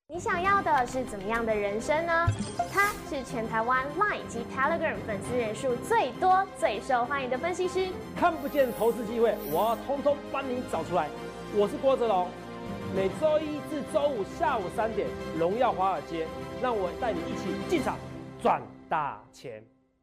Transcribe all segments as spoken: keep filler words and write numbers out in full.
你想要的是怎么样的人生呢？他是全台湾 Line 及 Telegram 粉丝人数最多、最受欢迎的分析师。 看不见投资机会，我要通通帮你找出来。我是郭哲龙，每周一至周五下午三点，荣耀华尔街，让我带你一起进场赚大钱。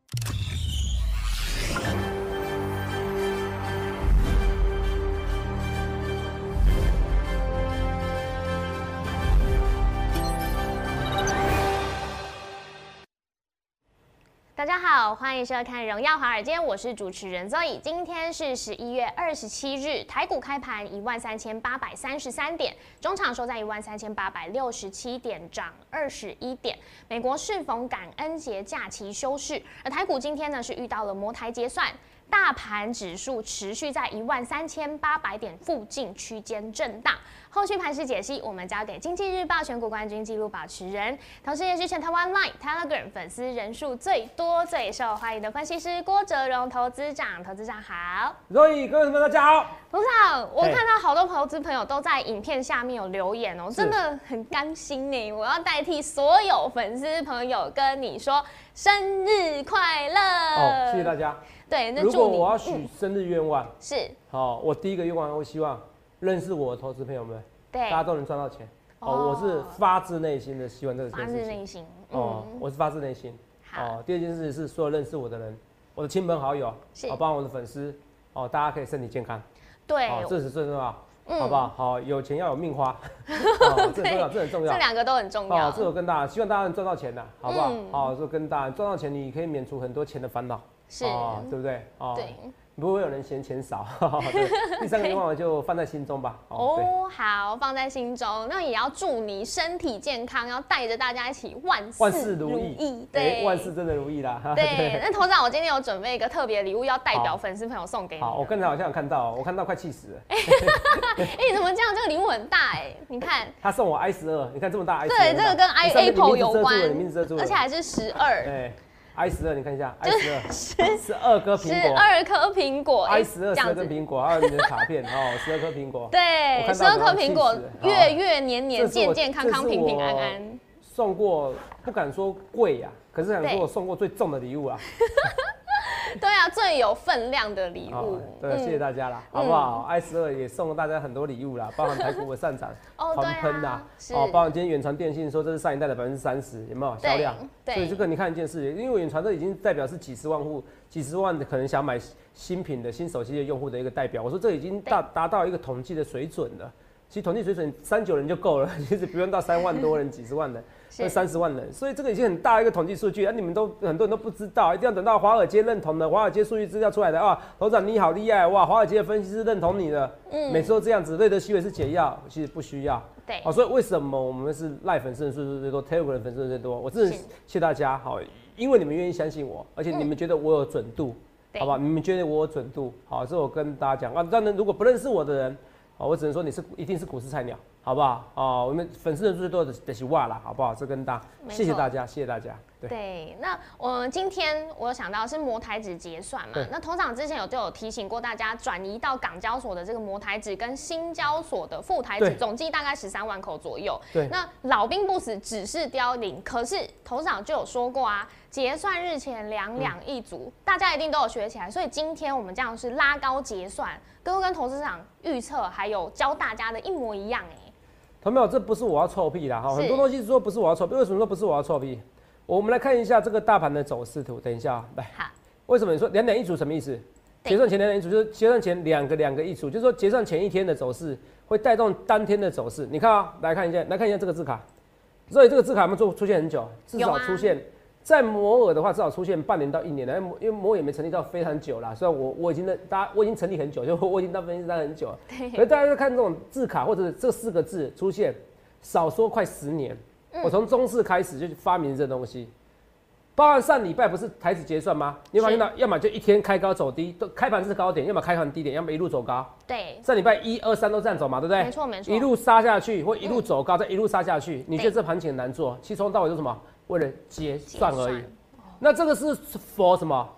大家好，欢迎收看《荣耀华尔街》，我是主持人 Zoe。今天是十一月二十七日，台股开盘一万三千八百三十三点，中场收在一万三千八百六十七点，涨二十一点。美国适逢感恩节假期休市，而台股今天呢是遇到了摩台结算。大盘指数持续在一万三千八百点附近区间震荡。后续盘势解析，我们交给经济日报选股冠军纪录保持人，同时也是全台湾 Line、Telegram 粉丝人数最多、最受欢迎的分析师郭哲荣投资长。投资长好， 所以各位朋友大家好。 投资长，我看到好多投资朋友都在影片下面有留言哦，真的很甘心呢。我要代替所有粉丝朋友跟你说生日快乐哦，谢谢大家。 对，那如果我要许生日愿望， 嗯、是好，我第一个愿望，我希望认识我的投资朋友们， 对， 大家都能赚到钱。哦，我是发自内心的希望这个发自内心， 嗯、哦，我是发自内心。哦，第二件事是所有认识我的人，我的亲朋好友，好，包括我的粉丝，哦，大家可以身体健康。 对， 哦，这是最重要。 嗯、 好不好？好，有钱要有命花，哦、这很重要，这很重要。 这两个都很重要。 哦，这我跟大家，希望大家能赚到钱的，好不好？ 嗯、 好，就跟大家赚到钱，你可以免除很多钱的烦恼， 是、 哦，对不对？ 哦，对， 不会有人嫌钱少。第三个愿望就放在心中吧。 哦，好，放在心中。那也要祝你身体健康，要带着大家一起万万事如意。 意， 对，万事真的如意啦。 对，那头长，我今天有准备一个特别礼物，要代表粉丝朋友送给你。 好，我刚才好像有看到，我看到快气死了。 哎，怎么这样？这个礼物很大哎，你看。 他送我 i 十二，你看这么大 i 十二。 对，这个跟 i Apple 有关， 而且还是十二。 哎。i 十二，你看一下 i 十二，十二颗苹果， 十二颗苹果 ，i 十二十二根苹果，还有你的卡片哦，十二颗苹果， 对，十二颗苹果，月月年年健健康康平平安安。 送过不敢说贵呀，可是想说我送过最重的礼物啊。 对啊，最有分量的礼物。 对，谢谢大家啦，好不好 ？i 十二也送了大家很多礼物啦，包含台股的上涨、狂喷呐，哦，包含今天远传电信说这是上一代的百分之三十，有没有销量？所以这个你看一件事，因为远传这已经代表是几十万户、几十万的可能想买新品的新手机的用户的一个代表。我说这已经达达到一个统计的水准了。其实统计水准三九人就够了，其实不用到三万多人、几十万人。那三十万人，所以这个已经很大一个统计数据，啊，你们都很多人都不知道，一定要等到华尔街认同的，华尔街数据资料出来的啊，头长你好厉害哇，华尔街的分析师认同你的，嗯，每次都这样子，瑞德西韦是解药，其实不需要， 对， 好，所以为什么我们是赖粉丝人数最多 ，Telegram 粉丝人最多？我真的谢谢大家，好，因为你们愿意相信我，而且你们觉得我有准度，嗯、好不好？你们觉得我有准度，好，这我跟大家讲啊，当然如果不认识我的人，好，我只能说你是一定是股市菜鸟。好不好？哦，我们粉丝人数最多的得是哇啦，好不好？这跟大，谢谢大家，谢谢大家。 对，对，那我们今天我有想到是摩台指结算嘛，那头长之前有就有提醒过大家，转移到港交所的这个摩台指跟新交所的副台指，总计大概十三万口左右。对，那老兵不死，只是凋零。可是头长就有说过啊，结算日前两两一组，嗯、大家一定都有学起来，所以今天我们这样是拉高结算，跟跟投资长预测还有教大家的一模一样哎、欸。 同没有，这不是我要臭屁啦，哈，很多东西说不是我要臭屁，为什么说不是我要臭屁？我们来看一下这个大盘的走势图，等一下，来，好，为什么你说两两一组什么意思？结算前两两一组就是结算前两个两个一组，就是说结算前一天的走势会带动当天的走势。你看啊、喔，来看一下，来看一下这个字卡，所以这个字卡我们出出现很久，至少出现。在摩尔的话，至少出现半年到一年了，因为摩尔也没成立到非常久啦。虽然我我已经大家我已经成立很久，就我已经当分析师当很久了。可大家在看这种字卡或者这四个字出现，少说快十年。嗯、我从中视开始就发明这东西，包含上礼拜不是台指结算吗？你会发现到，要么就一天开高走低，都开盘是高点，要么开盘低点，要么一路走高。对，上礼拜一二三都这样走嘛，对不对？ 没错没错。 一路杀下去或一路走高，嗯、再一路杀下去，你觉得这盘挺难做？其实从到尾是什么？为了结算而已。那这个是 for 什么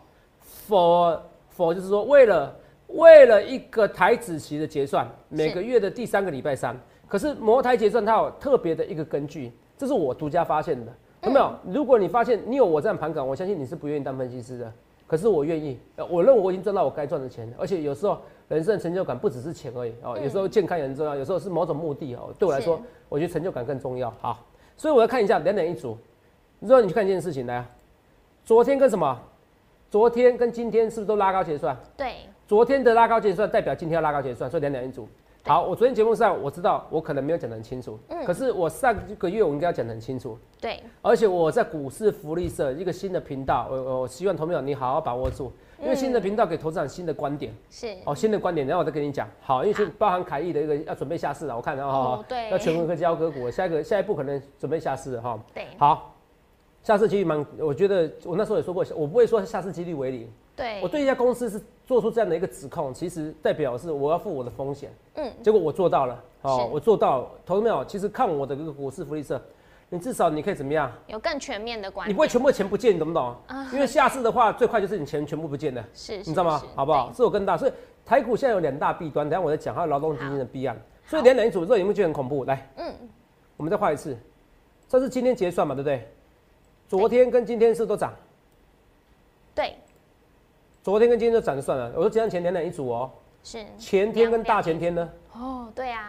？for for 就是说为了为了一个台指期的结算，每个月的第三个礼拜三， 可是摩台结算它有特别的一个根据，这是我独家发现的，有没有？嗯、如果你发现你有我这样盘感，我相信你是不愿意当分析师的。可是我愿意，我认为我已经赚到我该赚的钱，而且有时候人生的成就感不只是钱而已哦，嗯、有时候健康也很重要，有时候是某种目的哦。对我来说，我觉得成就感更重要。好，所以我要看一下两点一组。你说你去看一件事情来啊，昨天跟什么？昨天跟今天是不是都拉高结算？ 对。昨天的拉高结算代表今天要拉高结算，所以两点一组。好，我昨天节目上我知道我可能没有讲得很清楚，嗯，可是我上个月我应该要讲得很清楚， 对， 而且我在股市福利社一个新的频道，我我希望投资者你好好把握住，因为新的频道给投资人新的观点， 是， 哦，新的观点，然后我再跟你讲，好，因为是包含凯翼的一个要准备下市了，我看到哈， 哦，对， 要全国科技个股，下一个下一步可能准备下市了哈， 对， 好，下市几率蛮，我觉得我那时候也说过，我不会说下市几率为零。 对， 我对一家公司是做出这样的一个指控，其实代表是我要负我的风险。 嗯， 结果我做到了，哦，我做到了，投资没有？其实看我的这个股市福利社，你至少你可以怎么样？ 有更全面的观点， 你不会全部钱不见，你懂不懂？啊，因为下市的话，最快就是你钱全部不见了， 是， 你知道吗？好不好？是我更大，所以台股现在有两大弊端，等一下我再讲，还有劳动基金的弊案，所以两两一组，这有没有觉得很恐怖？来，嗯，我们再画一次，这是今天结算嘛，对不对？昨天跟今天是不是都涨？ 对。 昨天跟今天就涨就算了，我说结算前两两一组哦， 是前天跟大前天呢？ 哦，对啊，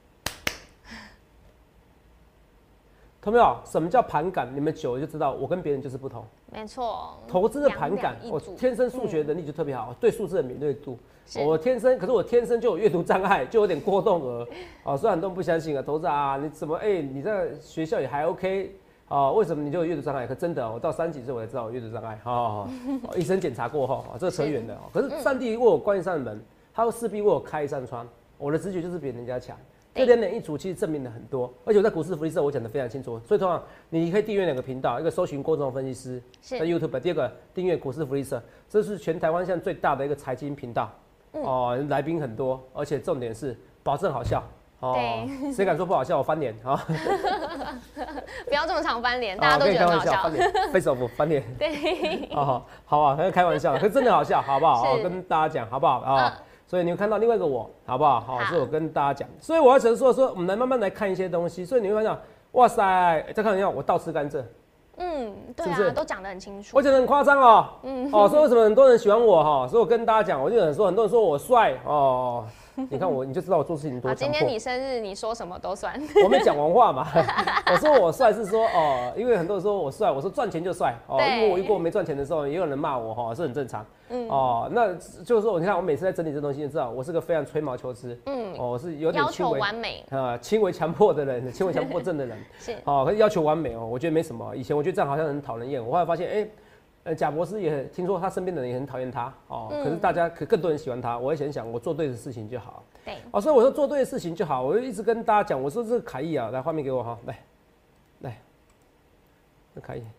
懂没有？什么叫盘感？你们久了就知道，我跟别人就是不同。 没错， 投资的盘感，我天生数学能力就特别好，嗯、对数字的敏锐度。我天生，可是我天生就有阅读障碍，就有点过动儿。哦，虽然很多人不相信啊，投资啊，你怎么哎、欸，你在学校也还 OK。哦，为什么你就有阅读障碍？可真的，我到三十几岁我才知道我阅读障碍。哦，医生检查过后，这个扯远了。可是上帝为我关一扇门，他势必为我开一扇窗。我的直觉就是比人家强。这两点一组其实证明了很多，而且我在股市福利社我讲的非常清楚。所以通常你可以订阅两个频道，一个搜寻郭总分析师在 YouTube， 第二个订阅股市福利社，这是全台湾现在最大的一个财经频道。哦，来宾很多，而且重点是保证好笑。哦，谁敢说不好笑？我翻脸啊！ 不要这么常翻脸，大家都觉得好笑。 飞手不翻脸。 对。 哦，好啊，还要开玩笑，可是真的好笑，好不好？跟大家讲，好不好啊？所以你会看到另外一个我，好不好？好，所以我跟大家讲，所以我要只是说说，我们来慢慢来看一些东西。所以你会看到，哇塞，再看一下，我倒吃甘蔗。 嗯，对啊，是是都讲得很清楚。 我讲得很夸张哦。嗯。哦，所以为什么很多人喜欢我哈？所以我跟大家讲，我就很说，很多人说我帅哦。你看我，你就知道我做事情多强迫。 今天你生日，你说什么都算。 我没讲完话嘛，我说我帅是说哦，因为很多人说我帅，我说赚钱就帅哦。因为我遇过没赚钱的时候，也有人骂我哈，是很正常。嗯。哦，那就是说，你看我每次在整理这东西，就知道我是个非常吹毛求疵。嗯。哦，是有点要求完美啊，轻微强迫的人，轻微强迫症的人。是。哦，可是要求完美哦，我觉得没什么。以前我觉得这样好像很讨人厌，我后来发现，哎、欸。呃，贾博士也很听说他身边的人也很讨厌他哦，嗯、可是大家可更多人喜欢他。我也想想，我做对的事情就好。 对， 哦，所以我说做对的事情就好。我就一直跟大家讲，我说这个凯翼啊，来画面给我哈，来，来，这凯翼，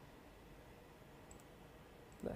来，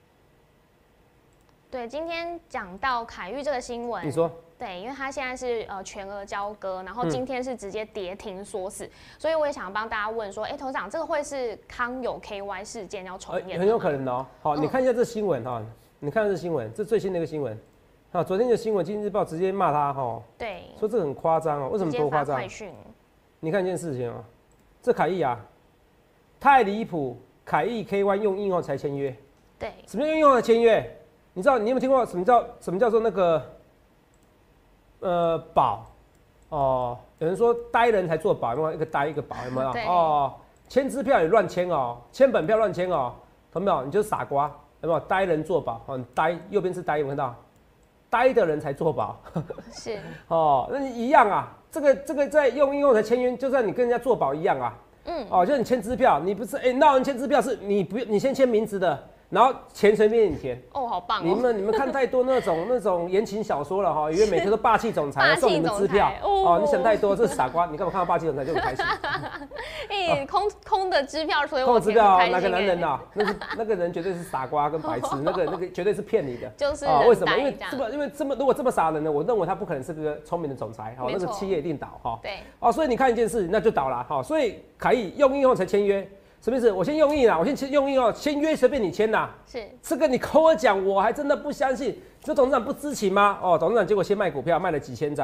对，今天讲到凯域这个新闻， 你说。 对，因为它现在是呃全额交割，然后今天是直接跌停锁死，嗯、所以我也想帮大家问说，哎、欸，头长，这个会是康友 K Y 事件要重演、欸？ 很有可能哦。好，嗯、你看一下这新闻哈，你看这新闻，这最新的一个新闻。啊，昨天的新闻，《经济日报》直接骂他哈， 对， 说这个很夸张哦。为什么多夸张？你看一件事情哦，这凯翼啊，太离谱，凯翼 K Y 用印后才签约。 对， 什么叫用印后才签约？你知道你有没有听过什么叫什么叫做那个？呃，保哦，有人说呆人才做保，有没有一个呆一个保，有没有？哦，签支票也乱签哦，签本票乱签哦，懂没有？你就是傻瓜，有没有？呆人做保，很呆，右边是呆，有没有看到？呆的人才做保， 是哦，那你一样啊，这个这个在用应用才签约，就像你跟人家做保一样啊，嗯，哦，就是你签支票，你不是哎，欸、那人签支票是你不你先签名字的。然后钱随便你填哦，好棒哦！ 你们你们看太多那种那种言情小说了哈，以为每个都霸气总裁送你们支票哦，你想太多，这是傻瓜！你干嘛看到霸气总裁就很开心？ 哎，空空的支票，所以空的支票哪个男人啊？那是那个人绝对是傻瓜跟白痴，那个那个绝对是骗你的。 就是啊，为什么？因为这么因为这么如果这么傻人呢，我认为他不可能是个聪明的总裁，哈，那个企业一定倒哈。 对。 哦，所以你看一件事，那就倒了哈。所以凯翼用印后才签约。什么意思？我先用印啦，我先签用印哦，签约随便你签啦。 是这个你跟我讲，我还真的不相信。这董事长不知情吗？哦，董事长结果先卖股票，卖了几千张啊。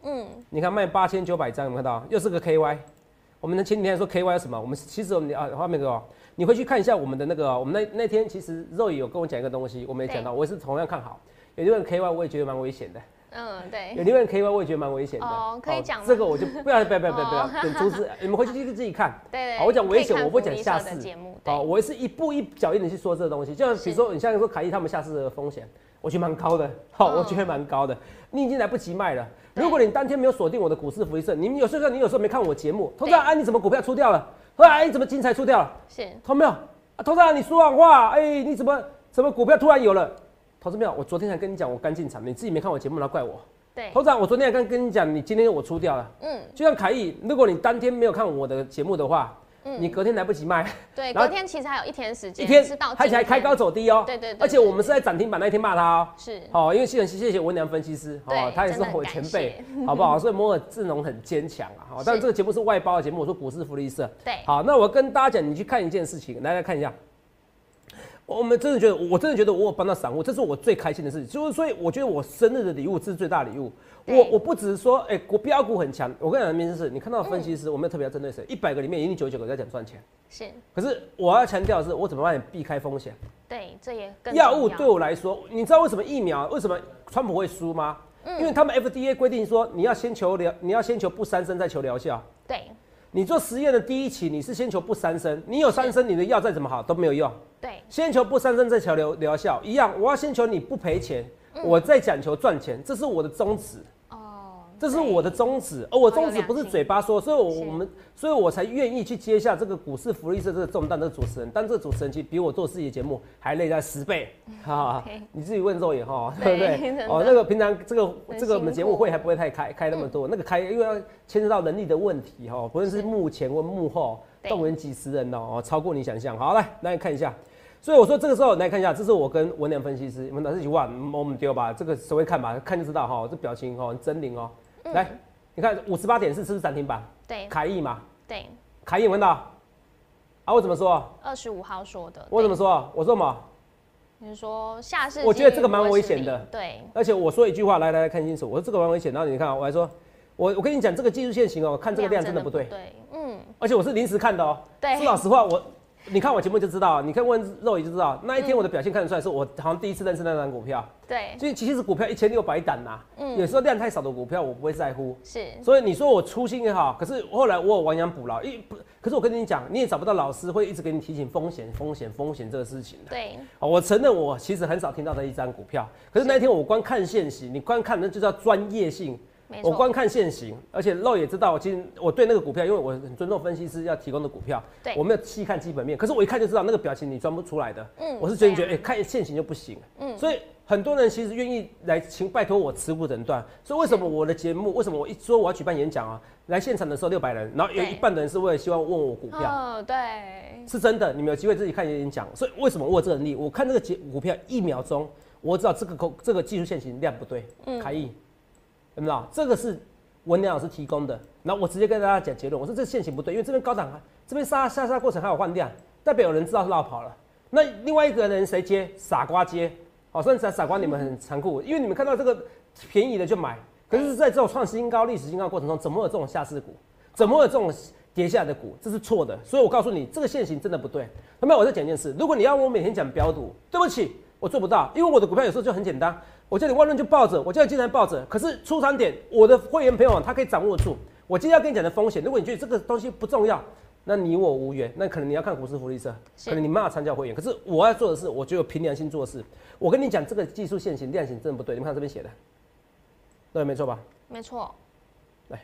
嗯， 你看卖八千九百张，有没有看到？又是个 K Y。我们的前几天说 K Y 有什么？我们其实我们啊画面哥，你回去看一下我们的那个，我们那那天其实肉也有跟我讲一个东西，我们也讲到，我也是同样看好。有另外 K Y 我也觉得蛮危险的。 嗯，对。 有另外 K Y 我也觉得蛮危险的。 哦，可以讲吗？ 这个我就不要不要不要不要不要，等阻止你们回去自己看。 对对。 好，我讲危险，我不讲下市。 好， 我是一步一脚印的去说这个东西，就像比如说你像说凯翼他们下市的风险。我觉得蛮高的，好，我觉得蛮高的。你已经来不及卖了。如果你当天没有锁定我的股市福利社，你们有时候你有时候没看我节目，投资人啊，你怎么股票出掉了？哎，你怎么精彩出掉了？ 是， 投没有？啊，投资人你说谎话，哎，你怎么怎么股票突然有了？投资没有？我昨天才跟你讲我刚进场，你自己没看我节目，然后怪我。 对， 投资人，我昨天还刚跟你讲，你今天我出掉了。嗯，就像凯翼，如果你当天没有看我的节目的话。嗯、你隔天来不及卖， 对，隔天其实还有一天时间， 一天是到，而且还开高走低哦、喔， 对 对, 对, 对， 而且我们是在涨停板那一天骂他哦、喔， 是， 好、喔，因为谢谢谢文良分析师，哦、喔，他也是我前辈，好不好？所以摩尔阵容很坚强啊，好，但这个节目是外包的节目，我说股市福利社， 对， 好，那我跟大家讲，你去看一件事情，来来看一下。我们真的觉得，我真的觉得我有帮到散户，这是我最开心的事情。就是所以，我觉得我生日的礼物，这是最大的礼物。我我不只是说，哎、欸，股标股很强。我跟你讲的明是，你看到分析师，嗯、我没有特别要针对谁，一百个里面一定九十九个在讲赚钱。 是。可是我要强调的是，我怎么帮你避开风险？ 对，这也更药物对我来说，你知道为什么疫苗为什么川普会输吗？嗯、因为他们 F D A 规定说，你要先求疗，你要先求不三声，再求疗效。 对。你做实验的第一期，你是先求不三声，你有三声，你的药再怎么好都没有用。 对， 先求不三声，再求疗疗效一样。我要先求你不赔钱，嗯、我再讲求赚钱，这是我的宗旨。哦，这是我的宗旨，而我宗旨不是嘴巴说，所以我我们，所以我才愿意去接下这个股市福利社这个重担。这个主持人，但这个主持人其实比我做自己的节目还累在十倍，哈、okay ，你自己问肉眼哈，对不对？哦，那个平常这个这个我们节目会还不会太开开那么多，嗯、那个开因为要牵涉到人力的问题哈，不论是幕前或幕后，动员几十人哦，超过你想象。好，来来看一下。所以我说这个时候来看一下，这是我跟文良分析师，我们哪是一句话，我们丢吧，这个谁会看吧？看就知道哈，这表情哈很狰狞哦。嗯、来，你看五十八点四是不是涨停板？ 对， 凯翼嘛。 对， 凯翼有看到？啊，我怎么说？ 二十五号说的。 我怎么说？我说什么？ 你是说下市？ 我觉得这个蛮危险的。 对。 而且我说一句话，来来来看清楚，我说这个蛮危险。然后你看，我还说，我我跟你讲，这个技术线型哦，看这个量真的不对。 对，嗯。而且我是临时看的哦。 对。 说老实话，我。你看我节目就知道，你看问肉眼就知道，那一天我的表现看得出来，是我好像第一次认识那张股票。 对， 所以其实股票一千六百档呐，嗯，有时候量太少的股票我不会在乎。 是， 所以你说我粗心也好，可是后来我有亡羊补牢，一不，可是我跟你讲，你也找不到老师会一直给你提醒风险、风险、风险这个事情。 对， 好，我承认我其实很少听到这一张股票，可是那一天我光看现行，你光看那就叫专业性。我光看现行，而且肉也知道，其实我对那个股票，因为我很尊重分析师要提供的股票，我没有细看基本面，可是我一看就知道那个表情你装不出来的。嗯，我是真的觉得，哎、欸，看现行就不行。嗯，所以很多人其实愿意来请拜托我持股诊断。所以为什么我的节目，为什么我一说我要举办演讲啊，来现场的时候六百人，然后有一半的人是为了希望问我股票。 哦，对，是真的，你们有机会自己看演讲。所以为什么我有这个能力？我看这个节股票一秒钟，我知道这个这个技术线型量不对。嗯，凯翼。有没有？这个是文良老师提供的，然后我直接跟大家讲结论，我说这线型不对，因为这边高档，这边杀下杀过程还有换量，代表有人知道是绕跑了。那另外一个人谁接？傻瓜接。好，甚至傻瓜你们很残酷，因为你们看到这个便宜的就买，可是在这种创新高、历史新高过程中，怎么有这种下市股？怎么有这种跌下的股？这是错的。所以我告诉你，这个线型真的不对。那么我再讲一件事，如果你要我每天讲标股，对不起，我做不到，因为我的股票有时候就很简单。我叫你万润就抱着，我叫你经常抱着。可是出场点，我的会员朋友他可以掌握住。我今天要跟你讲的风险，如果你觉得这个东西不重要，那你我无缘。那可能你要看股市福利社，可能你没有参加会员。可是我要做的是，我就有凭良心做事。我跟你讲，这个技术线型、量型真的不对。你们看这边写的，对，没错吧？ 没错。 来，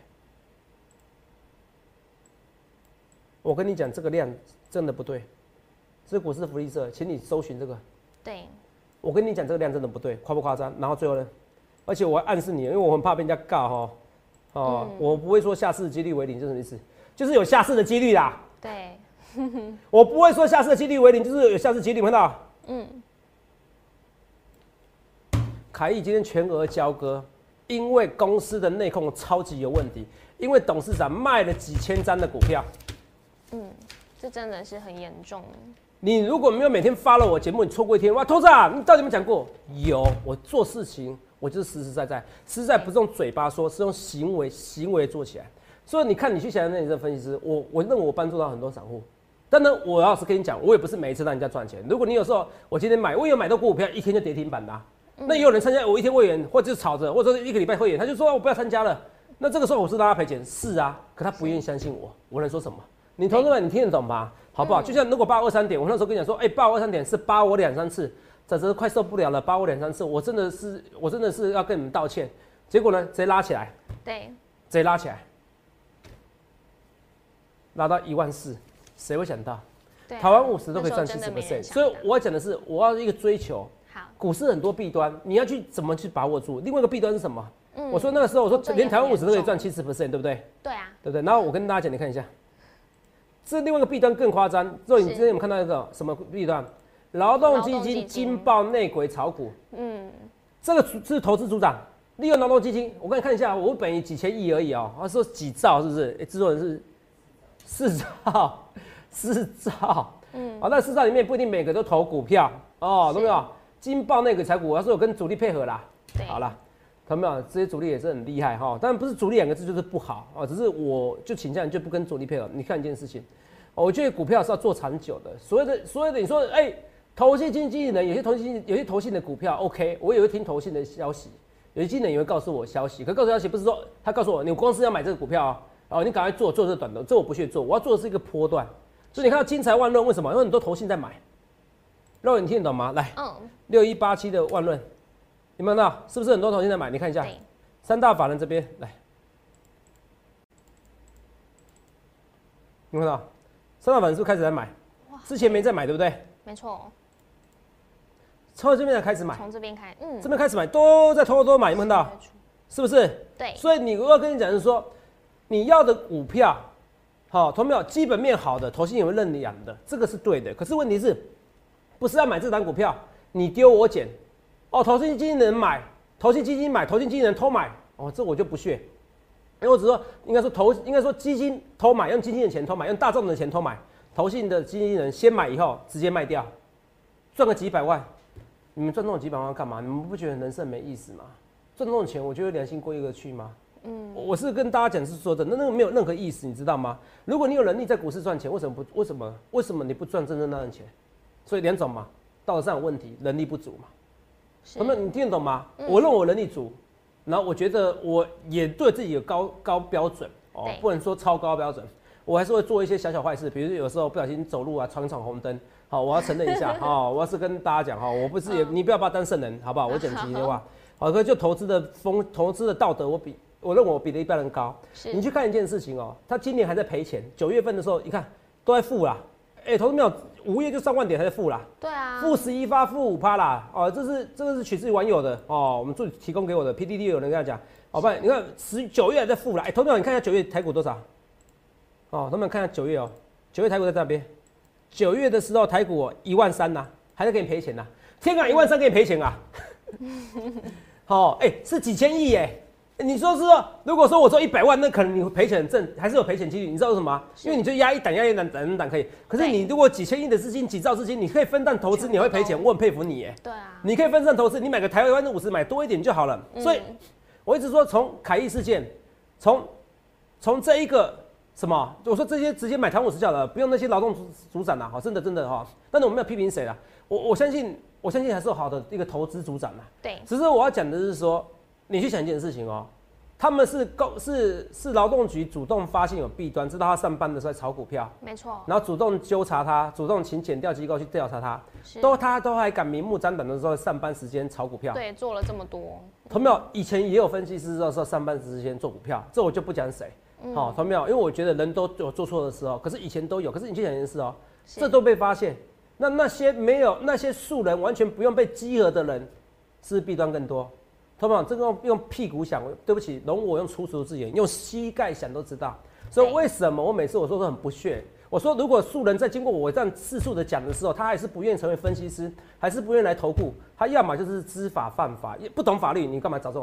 我跟你讲，这个量真的不对。这是股市福利社，请你搜寻这个。 对。 我跟你讲，这个量真的不对，夸不夸张？然后最后呢，而且我还暗示你，因为我很怕被人家告哈，哦、嗯，我不会说下市的几率为零，这是什么意思？就是有下市的几率啦。 对， 我不会说下市的几率为零，就是有下市几率，看到？嗯。凯翼今天全额交割，因为公司的内控超级有问题，因为董事长卖了几千张的股票。 嗯，这真的是很严重。 你如果没有每天follow我节目，你错过一天，哇，投资啊，你到底有没有讲过？有，我做事情我就是实实在在，实在不是用嘴巴说，是用行为，行为做起来。所以你看，你去想想，那你这分析师，我我认为我帮助到很多散户。但呢，我要是跟你讲，我也不是每一次让人家赚钱。如果你有时候我今天买，我有买到股票，一天就跌停板的、啊，那也有人参加我一天会员，或者是炒着，或者是一个礼拜会员，他就说我不要参加了。那这个时候我是让他赔钱，是啊，可他不愿意相信我，我能说什么？你投资们，你听得懂吗？好不好？嗯、就像如果八二三点，我那时候跟你讲说，哎、欸，八二三点是扒我两三次，这真的快受不了了，扒我两三次，我真的是，我真的是要跟你们道歉。结果呢，直接拉起来， 对， 直接拉起来，拉到一万四，谁会想到？台湾五十都可以赚七十 percent， 所以我讲的是，我要一个追求。好，股市很多弊端，你要去怎么去把握住？另外一个弊端是什么？嗯、我说那个时候，我说连台湾五十都可以赚七十 percent， 对不对？ 对啊， 对不对？然后我跟大家讲，你看一下。这另外一个弊端更夸张，若你之前有没有看到一个什么弊端？劳动基金惊爆内鬼炒股，嗯，这个是投资组长利用劳动基金，我给你看一下，我本益几千亿而已哦，他说几兆是不是？哎，制作人是四兆，四兆，嗯，啊，那四兆里面不一定每个都投股票哦，懂没有？惊爆内鬼炒股，他说有跟主力配合啦，好啦。看到没有？这些主力也是很厉害哈，当然不是主力两个字就是不好啊，只是我就倾向就不跟主力配合。你看一件事情，我觉得股票是要做长久的。所谓的所谓的你说，哎、欸，投信经纪人有些投信有些投信的股票 OK， 我也会听投信的消息，有些经纪人也会告诉我消息。可告诉消息不是说他告诉我你光是要买这个股票啊，哦，你赶快做做这个短的，这我不去做，我要做的是一个波段。所以你看到金财万润为什么？因为很多投信在买。肉你听得懂吗？来，嗯，六一八七的万润。有没有看到？是不是很多投信在买？你看一下，三大法人这边来，有没有看到？三大法人是不是开始在买？之前没在买，对不对？ 没错。 从这边才开始买， 从这边开，嗯， 这边开始买，都在偷偷多买，有没有看到？是不是？ 对。 所以你我要跟你讲，就是说，你要的股票，好，投没有基本面好的，投信也会认养的，这个是对的。可是问题是，不是要买这档股票，你丢我捡。哦，投信基金人买，投信基金买，投信基金人偷买，哦，这我就不屑。因为我只说，应该说投，应该说基金偷买，用基金的钱偷买，用大众的钱偷买，投信的基金人先买以后直接卖掉，赚个几百万。你们赚这种几百万干嘛？你们不觉得人生没意思吗？赚这种钱，我觉得良心过意得去吗？嗯，我是跟大家讲是说的，那那个没有任何意思，你知道吗？如果你有能力在股市赚钱，为什么不？为什么？为什么你不赚真正那份钱？所以两种嘛，道德上有问题，能力不足嘛。那么你听得懂吗？嗯、我认为我能力足，然后我觉得我也对自己有高高标准哦，不能说超高标准，我还是会做一些小小坏事，比如有时候不小心走路啊，闯闯红灯，好，我要承认一下，好，我要是跟大家讲哈，我不是也，你不要把他当圣人，好不好？我讲几句话，好，可就投资的风，投资的道德，我比我认为我比的一般人高。你去看一件事情哦，他今年还在赔钱，九月份的时候，你看都在负啦。哎、欸，投资没有，五月就上万点还在负啦， 对啊， 负十一发，负五趴啦，哦，这是这个是取自于网友的哦，我们助理提供给我的 P D D 有人跟他讲，好、哦、不然你看十九月还在负啦，哎、欸，投资没有，你看一下九月台股多少？哦，投资没有看一下九月哦，九月台股在这边，九月的时候台股一万三呐，还在给你赔钱呐，天啊，一万三给你赔钱啊，好、哦，哎、欸，是几千亿哎。你说是说，如果说我做一百万，那可能你赔钱很正，还是有赔钱几率。你知道为什么吗？因为你就压一档压一档档档可以。可是你如果几千亿的资金、几兆资金，你可以分散投资，你会赔钱，我很佩服你耶。 对啊。 你可以分散投资，你买个台湾的五十买多一点就好了。嗯、所以，我一直说从凯翼事件，从从这一个什么，我说这些直接买台湾五十就好了，不用那些劳动组长啦，哈，真的真的哈。但是我没有批评谁啦，我我相信我相信还是有好的一个投资组长啦。 对。 只是我要讲的是说。你去想一件事情哦，他们是高是是劳动局主动发现有弊端，知道他上班的时候在炒股票， 没错， 然后主动纠察他，主动请检调机构去调查他，都他都还敢明目张胆的时候上班时间炒股票， 对，做了这么多， 同没有？以前也有分析师说上班时间做股票，这我就不讲谁，好、嗯，同没有？因为我觉得人都有做错的时候，可是以前都有，可是你去想一件事哦，这都被发现，那那些没有那些素人完全不用被稽核的人，是不是弊端更多？同学们，这个用屁股想，对不起，容我用粗俗字眼，用膝盖想都知道。所以为什么我每次我说都很不屑？我说如果素人在经过我这样次数的讲的时候，他还是不愿意成为分析师，还是不愿意来投顾，他要么就是知法犯法，不懂法律，你干嘛找这种人？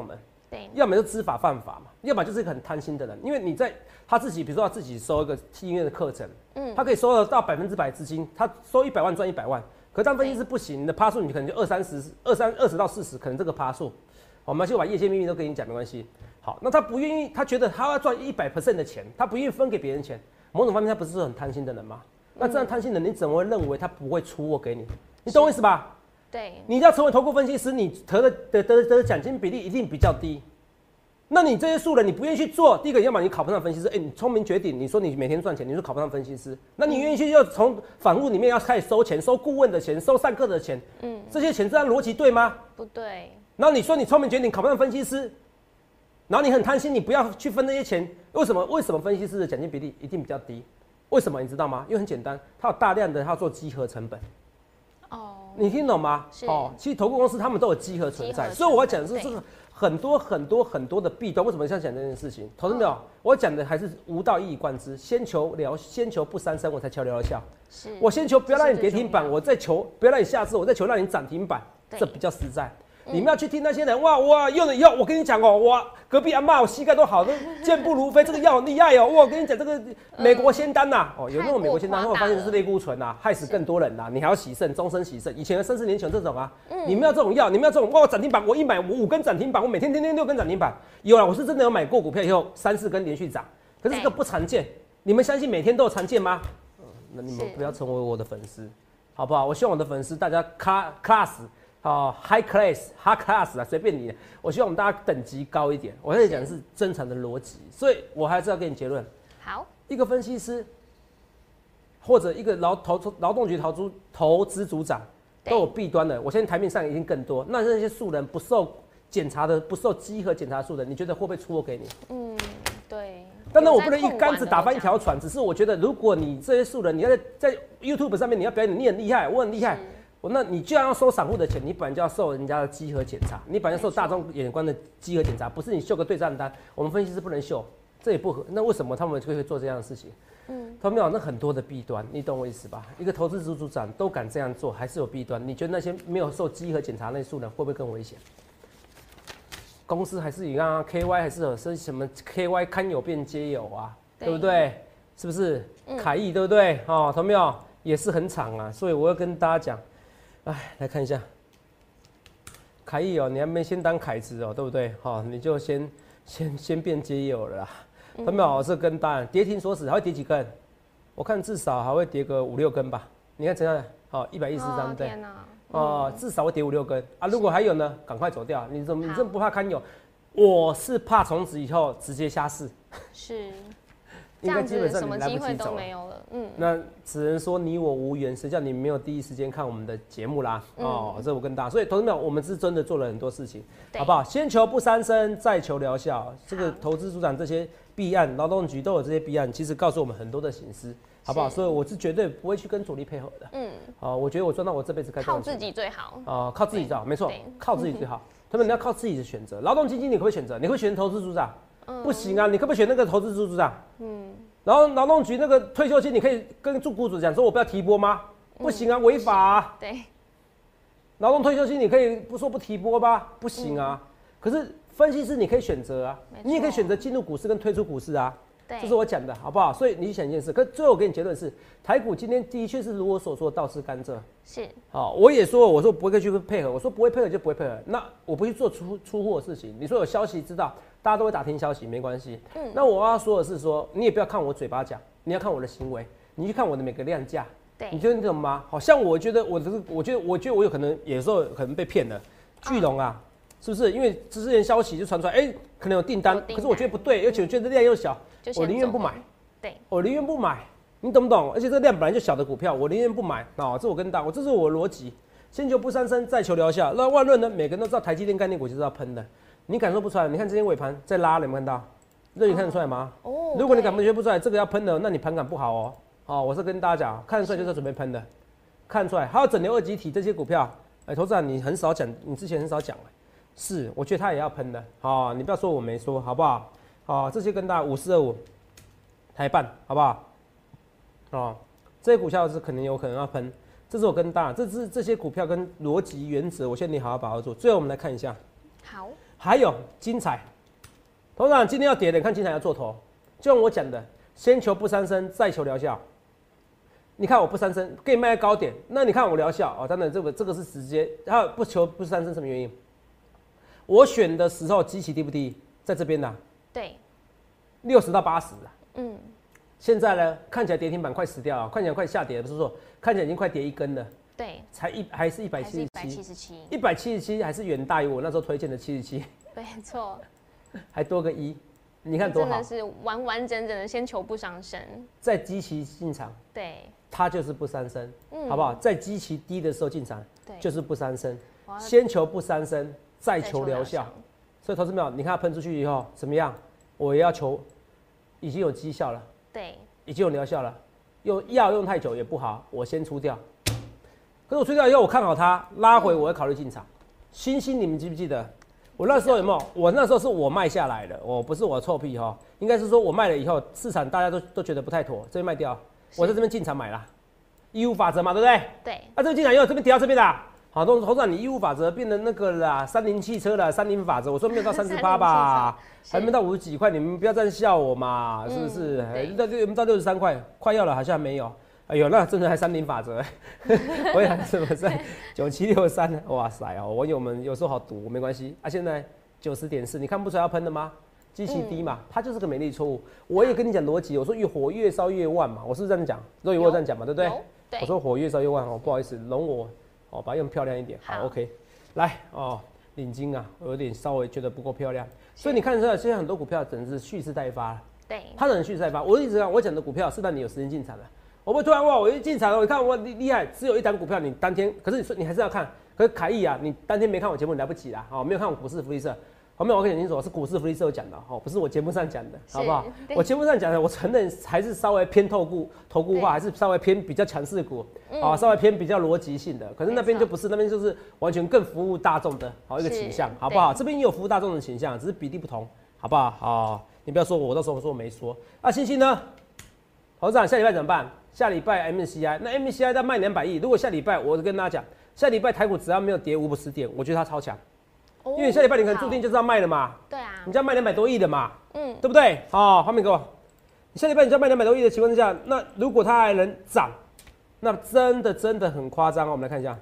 对， 要么就知法犯法嘛，要么就是一个很贪心的人，因为你在他自己，比如说他自己收一个音乐的课程，嗯，他可以收得到百分之百资金，他收一百万赚一百万。可当分析师不行，你的趴数你可能就二三十、二三二十到四十，可能这个趴数，我们就把业界秘密都跟你讲，没关系。好，那他不愿意，他觉得他要赚一百 percent 的钱，他不愿意分给别人钱，某种方面他不是很贪心的人吗？那这样贪心的人，你怎么会认为他不会出货给你？你懂我意思吧？ 对， 你要成为投顾分析师，你得的得得得奖金比例一定比较低。那你这些素人，你不愿意去做，第一个，要么你考不上分析师，哎、欸，你聪明绝顶，你说你每天赚钱，你说考不上分析师，那你愿意去要从反顾里面要开始收钱，收顾问的钱，收上课的钱，嗯，这些钱这样逻辑对吗？ 不对。 然后你说你聪明绝顶，考不上分析师，然后你很贪心，你不要去分那些钱，为什么？为什么分析师的奖金比例一定比较低？为什么？你知道吗？因为很简单，它有大量的它做稽核成本。哦，你听懂吗？哦，其实投顾公司他们都有稽核存在，所以我要讲的是这个。很多很多很多的弊端，为什么想讲这件事情？投资没有？我讲的还是无道一以贯之，先求疗，先求不伤身，我才求疗效。是，我先求不要让你跌停板，我再求不要让你下市，我再求让你涨停板，这比较实在。你们要去听那些人，哇哇用的药，我跟你讲哦，哇隔壁阿嬷我膝盖都好，都健步如飞，这个药很厉害哦，哇我跟你讲这个美国仙丹呐，哦有那种美国仙丹，后来发现是类固醇呐，害死更多人呐，你还要洗肾，终身洗肾。以前三四年前这种啊，你们要这种药，你们要这种哇涨停板，我一买我五根涨停板，我每天天天六根涨停板，有啊，我是真的有买过股票以后三四根连续涨，可是这个不常见，你们相信每天都有常见吗？那你们不要成为我的粉丝，好不好？我希望我的粉丝大家 class。哦 ，high class、high class 啊，随便你。我希望我们大家等级高一点。我在讲的是正常的逻辑，所以我还是要给你结论。 好， 一个分析师或者一个劳投劳动局投资投资组长都有弊端的。我相信台面上已经更多。那那些素人不受检查的、不受稽核检查的素人，你觉得会不会出货给你？嗯， 对。 当然我不能一竿子打翻一条船，只是我觉得，如果你这些素人，你要在在 YouTube 上面你要表演你很厉害，我很厉害。那你既然要收散户的钱，你本来就要受人家的稽核检查，你本来就受大众眼光的稽核检查，不是你秀个对账单，我们分析师不能秀，这也不合。那为什么他们就会做这样的事情？嗯，他们有那很多的弊端，你懂我意思吧？一个投资组组长都敢这样做，还是有弊端。你觉得那些没有受稽核检查那些素人会不会更危险？公司还是一样啊 ，K Y 还是有是什么 K Y 堪有便皆有啊， 对, 对不对？是不是？嗯、凯翼对不对？哦，同没有也是很长啊，所以我要跟大家讲。哎，来看一下，凯翼哦，你还没先当凯子哦，对不对？好、哦，你就先先先变皆有了啦。有、嗯、没有？这根单跌停锁死，还会跌几根？我看至少还会跌个五六根吧。你看怎样？好、哦，一百一十张对。天哪！哦、嗯，至少会跌五六根啊。如果还有呢，赶快走掉。你怎么？你真不怕堪有？我是怕从此以后直接下市。 是。 应该基本上什么机会都没有了，嗯， 那只能说你我无缘，谁叫你没有第一时间看我们的节目啦？嗯、哦，这我跟大家，所以投资者我们是真的做了很多事情，好不好？先求不伤身，再求疗效。这个投资组长这些弊案，劳动局都有这些弊案，其实告诉我们很多的形式，好不好？所以我是绝对不会去跟主力配合的。嗯，啊、哦，我觉得我赚到我这辈子该靠自己最好。啊、 呃，靠自己最好，没错，靠自己最好。他们你要靠自己的选择，劳动基金你可不可以选择？你会选投资组长？嗯、不行啊，你可不可以选那个投资组长？嗯。然后劳动局那个退休金，你可以跟住雇主讲说，我不要提拨吗？嗯、不行啊，违法啊。对。劳动退休金你可以不说不提拨吧？不行啊。嗯、可是分析师你可以选择啊，你也可以选择进入股市跟退出股市啊。对。这是我讲的好不好？所以你想一件事，可最后我给你结论是，台股今天的确是如我所说的倒吃甘蔗。是。好，我也说我说不会去配合，我说不会配合就不会配合。那我不去做出出货的事情，你说有消息知道。大家都会打听消息，没关系。嗯，那我要说的是说，你也不要看我嘴巴讲，你要看我的行为，你去看我的每个量价。对，你觉得你懂吗？好像我觉得我这个，我觉得我觉得我有可能有时候可能被骗了。巨龙啊，是不是？因为之前消息就传出来，哎、欸，可能有订单，可是我觉得不对，而且我觉得量又小，我宁愿不买。对，我宁愿不买，你懂不懂？而且这个量本来就小的股票，我宁愿不买啊。这我跟大我，这是我的逻辑。先求不伤身，再求疗效。那万润呢？每个人都知道台积电概念股就是要喷的。你感受不出来？你看今天尾盘在拉，你有没有看到？这你看得出来吗？哦。如果你感觉不出来，这个要喷的，那你盘感不好哦。哦，我是跟大家讲，看得出来就是准备喷的，看得出来。还有整流二极体这些股票，哎、欸，投资人你很少讲，你之前很少讲、欸，是，我觉得它也要喷的。好、哦，你不要说我没说，好不好？好、哦，这些跟大家五四二五台半，好不好？哦，这些股票是肯定有可能要喷，这是我跟大家，这是这些股票跟逻辑原则，我先你好好把握住。最后我们来看一下。 好。 还有精彩，董事长今天要跌的，看精彩要做头，就像我讲的，先求不伤身，再求疗效。你看我不伤身，给你卖在高点，那你看我疗效哦，当然这个这个是直接，还有不求不伤身什么原因？我选的时候基期低不低？在这边的、啊， 对， 六十到八十啊。 嗯， 现在呢，看起来跌停板快死掉了，看起来快下跌了，不是说看起来已经快跌一根了。 对， 才一还是一百七十七，一百七十七还是远大于我那时候推荐的七十七。没错， 还多个一，你看多好。 真的是完完整整的先求不伤身， 在基期进场， 对， 它就是不伤身， 嗯、 好不好？在基期低的时候进场， 对， 就是不伤身，先求不伤身，再求疗效。所以投资朋友，你看它喷出去以后怎么样？我也要求，已经有绩效了， 对， 已经有疗效了，用药用太久也不好，我先出掉。可是我出掉以后，我看好它拉回，我会考虑进场。星星，你们记不记得？我那时候有没有？我那时候是我卖下来的，我不是我臭屁哈，应该是说我卖了以后，市场大家都都觉得不太妥，这边卖掉，我在这边进场买啦，义务法则嘛，对不对？ 对。 啊，这边进场以后，这边跌到这边啦。好，董事长，你义务法则变成那个啦，三菱汽车了，三菱法则，我说没有到三十八吧，还没到五十几块，你们不要这样笑我嘛，是不是？嗯、到六到六十三块，快要了，好像没有。哎呦，那真的还三菱法则，我想什么在九七六三，哇塞哦，我有们有时候好赌，没关系啊。现在九十点四，你看不出来要喷的吗？基期低嘛，它就是个美丽错误。我也跟你讲逻辑，我说越火越烧越旺嘛，我是不是这样讲？若雨我这样讲嘛，对不对？我说火越烧越旺哦，不好意思，容我哦，把它用漂亮一点。好 ，OK， 来哦，领巾啊，我有点稍微觉得不够漂亮，所以你看出来，现在很多股票整是蓄势待发， 对， 它很蓄势待发。我一直讲，我讲的股票是让你有时间进场的。我不会突然哇，我一进场了，我看我厉厉害，只有一档股票，你当天，可是你说你还是要看。可是凯毅啊，你当天没看我节目，你来不及啦，哦，没有看我股市福利社，后面我跟你讲清楚，是股市福利社讲的，哦，不是我节目上讲的，好不好？我节目上讲的，我承认还是稍微偏透固、投固化，还是稍微偏比较强势股，啊、嗯，稍微偏比较逻辑性的。可是那边就不是，那边就是完全更服务大众的，好一个倾向，好不好？这边也有服务大众的倾向，只是比例不同，好不好？好，你不要说我到时候说我没说。啊，星星呢？投资长下礼拜怎么办？下礼拜 M S C I， 那 M S C I 在卖两百亿。如果下礼拜，我跟大家讲，下礼拜台股只要没有跌五十点，我觉得它超强。哦、因为下礼拜你可能注定就是要卖了嘛。 对啊。 你就要卖两百多亿的嘛。嗯。对不对？好、哦，画面给我。你下礼拜你就要卖两百多亿的情况之下，那如果它还能涨，那真的真的很夸张哦。我们来看一下。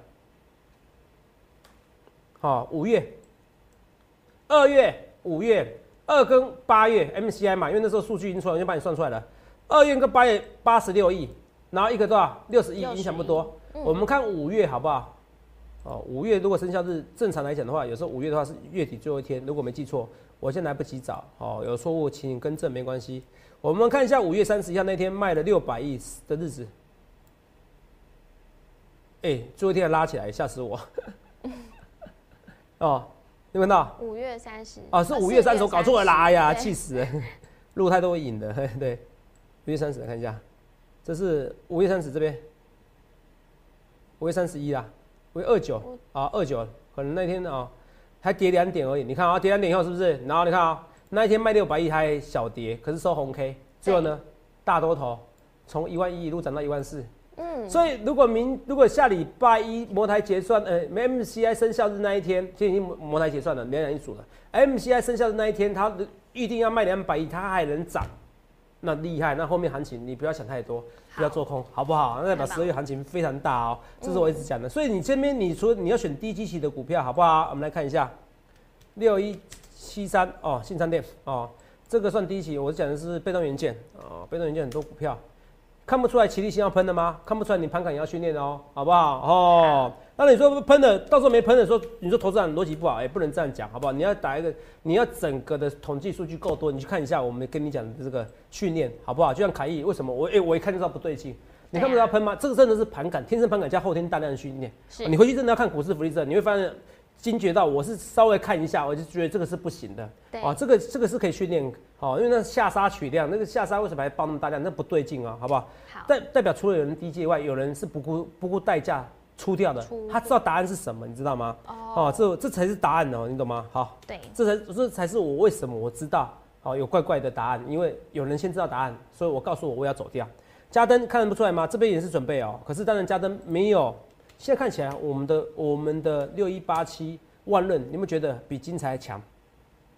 好、哦，五月、二月、五月、二跟八月 M S C I 嘛，因为那时候数据已经出来，我就帮你算出来了。二月跟八月八十六亿，然后一个多少六十亿，影响不多。嗯、我们看五月好不好？哦，五月如果生效日正常来讲的话，有时候五月的话是月底最后一天，如果没记错，我现在来不及找，哦，有错误请更正没关系。我们看一下五月三十一号那天卖了六百亿的日子，哎、欸，最后一天拉起来，吓死我！哦，你看到？ 五月三十啊，是五月三十，我搞错了啦！哎呀，气死了，录太多会赢的，对。五月三十来看一下，这是五月三十这边，五月三十一啦，五月二九啊，二九可能那天啊还跌两点而已。你看啊，跌两点以后是不是？然后你看啊，那一天卖六百亿还小跌，可是收红 K， 最后呢大多头从一万一一路涨到一万四。嗯，所以如果明如果下礼拜一摩台结算，呃 ，M C I 生效日那一天，现在已经摩台结算了，两两一组了。M C I 生效日那一天，它预定要卖两百亿，它还能涨。那厉害，那后面行情你不要想太多，不要做空，好不好？那代表十二月行情非常大哦，这是我一直讲的。嗯、所以你这边你说你要选低基期的股票，好不好？我们来看一下，六一七三哦，信昌电哦，这个算低期，我讲的是被动元件哦，被动元件很多股票，看不出来奇力新要喷的吗？看不出来你盘感也要训练哦，好不好？哦。那你说喷的，到时候没喷的说，你说投资人逻辑不好，也不能这样讲，好不好？你要打一个，你要整个的统计数据够多，你去看一下我们跟你讲的这个训练，好不好？就像凯毅，为什么我哎、欸、我一看就知道不对劲，你看不到喷吗？这个真的是盘感，天生盘感加后天大量的训练。你回去真的要看股市福利社，你会发现惊觉到，我是稍微看一下，我就觉得这个是不行的。啊，这个这个是可以训练，好，因为那下杀取量，那个下杀为什么还爆那么大量？那不对劲啊，好不好？好。代代表除了有人低阶外，有人是不顾不顾代价。出掉的，他知道答案是什么，你知道吗？哦，哦这这才是答案哦，你懂吗？好，对，这才这才是我为什么我知道，好、哦、有怪怪的答案，因为有人先知道答案，所以我告诉我我要走掉。嘉登看得不出来吗？这边也是准备哦，可是当然嘉登没有，现在看起来我们的我们的六一八七万润，你们觉得比精彩强？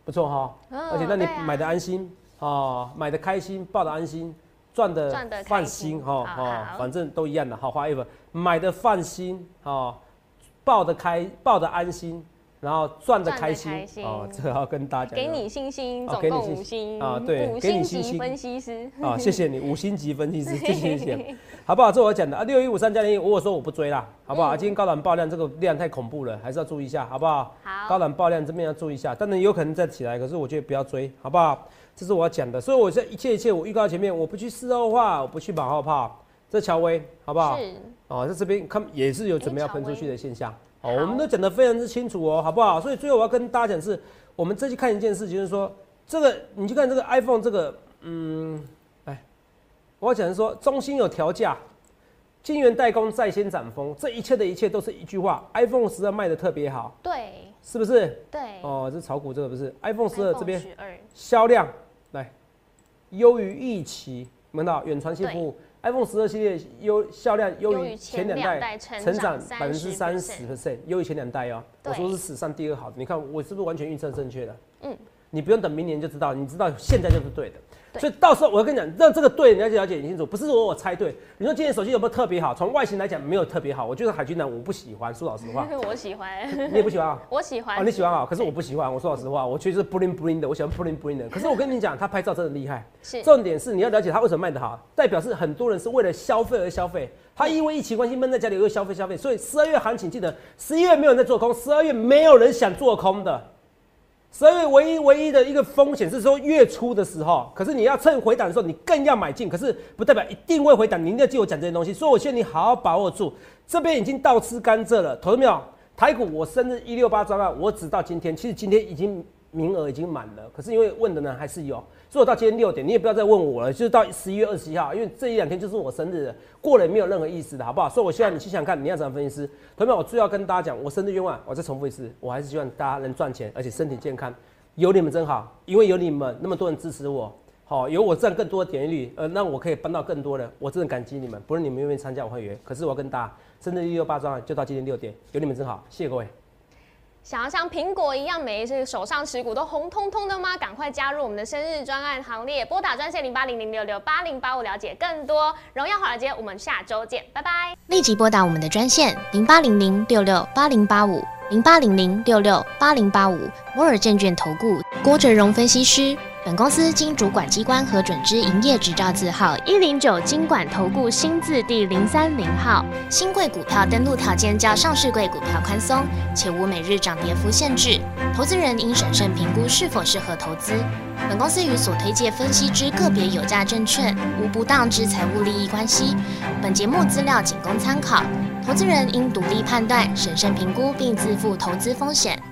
不错哈，而且让你买的安心哦，买的开心，抱的安心，赚的放心哈哦，反正都一样的。好 ，whatever， 买的放心哦，抱的开，抱的安心。然后赚的开心哦，这要跟大家讲。 给你星星，总共五星啊，对，给你星星分析师啊，谢谢你五星级分析师，谢谢谢谢，好不好？这我讲的啊，六一五三加零一，我说我不追啦，好不好？今天高档爆量，这个量太恐怖了，还是要注意一下，好不好？ 好， 高档爆量这边要注意一下，当然有可能再起来，可是我觉得不要追，好不好？这是我要讲的，所以我这一切一切我预告前面，我不去事后化，我不去马后炮，这乔威好不好？是哦，在这边看也是有准备要喷出去的现象。哦，我们都讲得非常之清楚哦，好不好？所以最后我要跟大家讲是，我们再去看一件事情，就是说，这个你去看这个 iPhone 这个，嗯，哎，我要讲的是说，中兴有调价，晶圆代工在先涨风，这一切的一切都是一句话 ，iPhone 十二卖的特别好， 对， 是不是？ 对， 哦，这炒股这个不是 iPhone 十二这边销量来优于预期，有没有看到远传新服务？ iPhone 十二系列优销量优于前两代，成长百分之三十 percent， 优于前两代哦。我说是史上第二好的，你看我是不是完全预测正确的？嗯，你不用等明年就知道，你知道现在就是对的。所以到时候我要跟你讲，让这个对你要了解很清楚，不是说我猜对。你说今天手机有没有特别好？从外形来讲没有特别好，我觉得海军蓝我不喜欢，说老实话。 我喜欢， 你也不喜欢啊？ 我喜欢。 哦，你喜欢啊？可是我不喜欢。我说老实话，我觉得是 bling bling 的，我喜欢 bling bling 的。可是我跟你讲，他拍照真的厉害。是。重点是你要了解他为什么卖得好，代表是很多人是为了消费而消费。他因为疫情关系闷在家里又消费消费，所以十二月行情记得，十一月没有人在做空，十二月没有人想做空的。十二月唯一唯一的一个风险是说月初的时候，可是你要趁回档的时候，你更要买进，可是不代表一定会回档，你一定要记我讲这些东西，所以我劝你好好把握住，这边已经倒吃甘蔗了，投资没有？台股我生日一六八专案，我只到今天，其实今天已经名额已经满了，可是因为问的人还是有，所以我到今天六点，你也不要再问我了，就是到十一月二十一号，因为这一两天就是我生日了，过了也没有任何意思的，好不好？所以我希望你去想看你要怎么分析师，同学们，我最后要跟大家讲，我生日愿望，我再重复一次，我还是希望大家能赚钱，而且身体健康。有你们真好，因为有你们那么多人支持我，好，有我占更多的点击率，呃，那我可以帮到更多人，我真的感激你们。不论你们愿不愿意参加我会员，可是我要跟大家，生日一六八专案就到今天六点，有你们真好，谢谢各位。 想要像苹果一样，每一次手上持股都红彤彤的吗？赶快加入我们的生日专案行列，拨打专线零八零零六六八零八五了解更多。荣耀华尔街，我们下周见，拜拜。 立即拨打我们的专线零八零零六六八零八五零八零零六六八零八五摩尔证券投顾郭哲荣分析师。本公司经主管机关核准之营业执照字号一零九金管投顾新字第零三零号。新贵股票登录条件较上市贵股票宽松，且无每日涨跌幅限制。投资人应审慎评估是否适合投资。本公司与所推介分析之个别有价证券无不当之财务利益关系。本节目资料仅供参考，投资人应独立判断、审慎评估并自负投资风险。